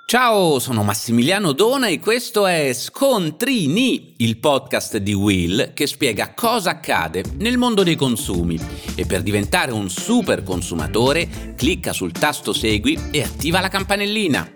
Ciao, sono Massimiliano Dona e questo è Scontrini, il podcast di Will che spiega cosa accade nel mondo dei consumi. E per diventare un super consumatore, clicca sul tasto Segui e attiva la campanellina.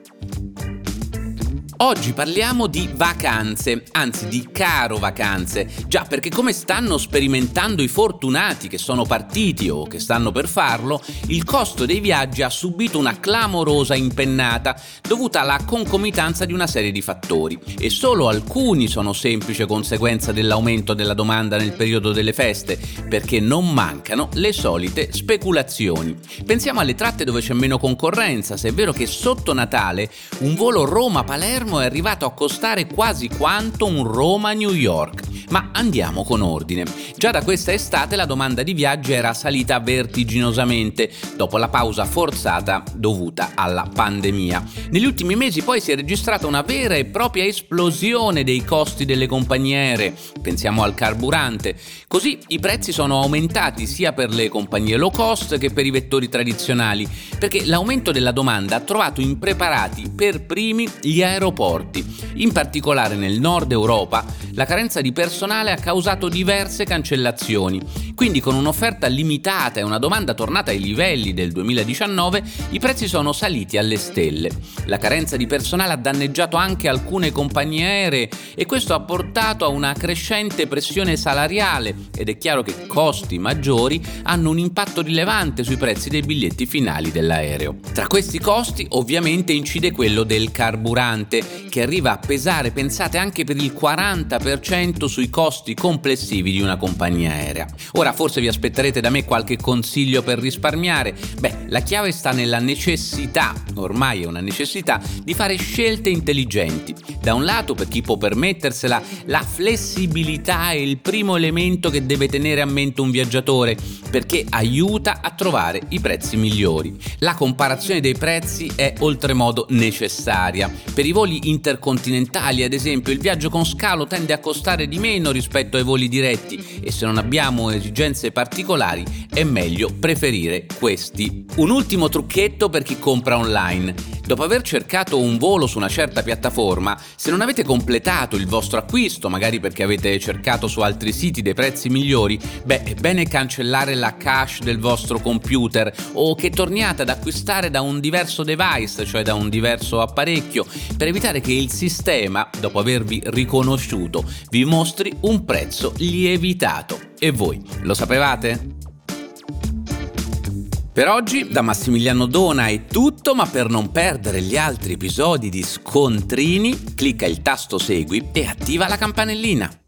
Oggi parliamo di vacanze, anzi di caro vacanze, già perché come stanno sperimentando i fortunati che sono partiti o che stanno per farlo, il costo dei viaggi ha subito una clamorosa impennata dovuta alla concomitanza di una serie di fattori e solo alcuni sono semplice conseguenza dell'aumento della domanda nel periodo delle feste, perché non mancano le solite speculazioni. Pensiamo alle tratte dove c'è meno concorrenza, se è vero che sotto Natale un volo Roma-Palermo è arrivato a costare quasi quanto un Roma-New York. Ma andiamo con ordine. Già da questa estate la domanda di viaggi era salita vertiginosamente dopo la pausa forzata dovuta alla pandemia. Negli ultimi mesi poi si è registrata una vera e propria esplosione dei costi delle compagnie aeree. Pensiamo al carburante. Così i prezzi sono aumentati sia per le compagnie low cost che per i vettori tradizionali, perché l'aumento della domanda ha trovato impreparati per primi gli aeroporti. In particolare nel nord Europa la carenza di personale ha causato diverse cancellazioni, quindi con un'offerta limitata e una domanda tornata ai livelli del 2019 i prezzi sono saliti alle stelle. La carenza di personale ha danneggiato anche alcune compagnie aeree e questo ha portato a una crescente pressione salariale ed è chiaro che costi maggiori hanno un impatto rilevante sui prezzi dei biglietti finali dell'aereo. Tra questi costi ovviamente incide quello del carburante, che arriva a pesare, pensate, anche per il 40% sui costi complessivi di una compagnia aerea. Ora forse vi aspetterete da me qualche consiglio per risparmiare. La chiave sta nella necessità, ormai è una necessità, di fare scelte intelligenti. Da un lato, per chi può permettersela, la flessibilità è il primo elemento che deve tenere a mente un viaggiatore, perché aiuta a trovare i prezzi migliori. La comparazione dei prezzi è oltremodo necessaria. Per i voli intercontinentali, ad esempio, il viaggio con scalo tende a costare di meno rispetto ai voli diretti e se non abbiamo esigenze particolari è meglio preferire questi. Un ultimo trucchetto per chi compra online. Dopo aver cercato un volo su una certa piattaforma, se non avete completato il vostro acquisto, magari perché avete cercato su altri siti dei prezzi migliori, è bene cancellare la cache del vostro computer o che torniate ad acquistare da un diverso device, cioè da un diverso apparecchio, per evitare che il sistema, dopo avervi riconosciuto, vi mostri un prezzo lievitato. E voi lo sapevate? Per oggi da Massimiliano Dona è tutto, ma per non perdere gli altri episodi di Scontrini, clicca il tasto Segui e attiva la campanellina.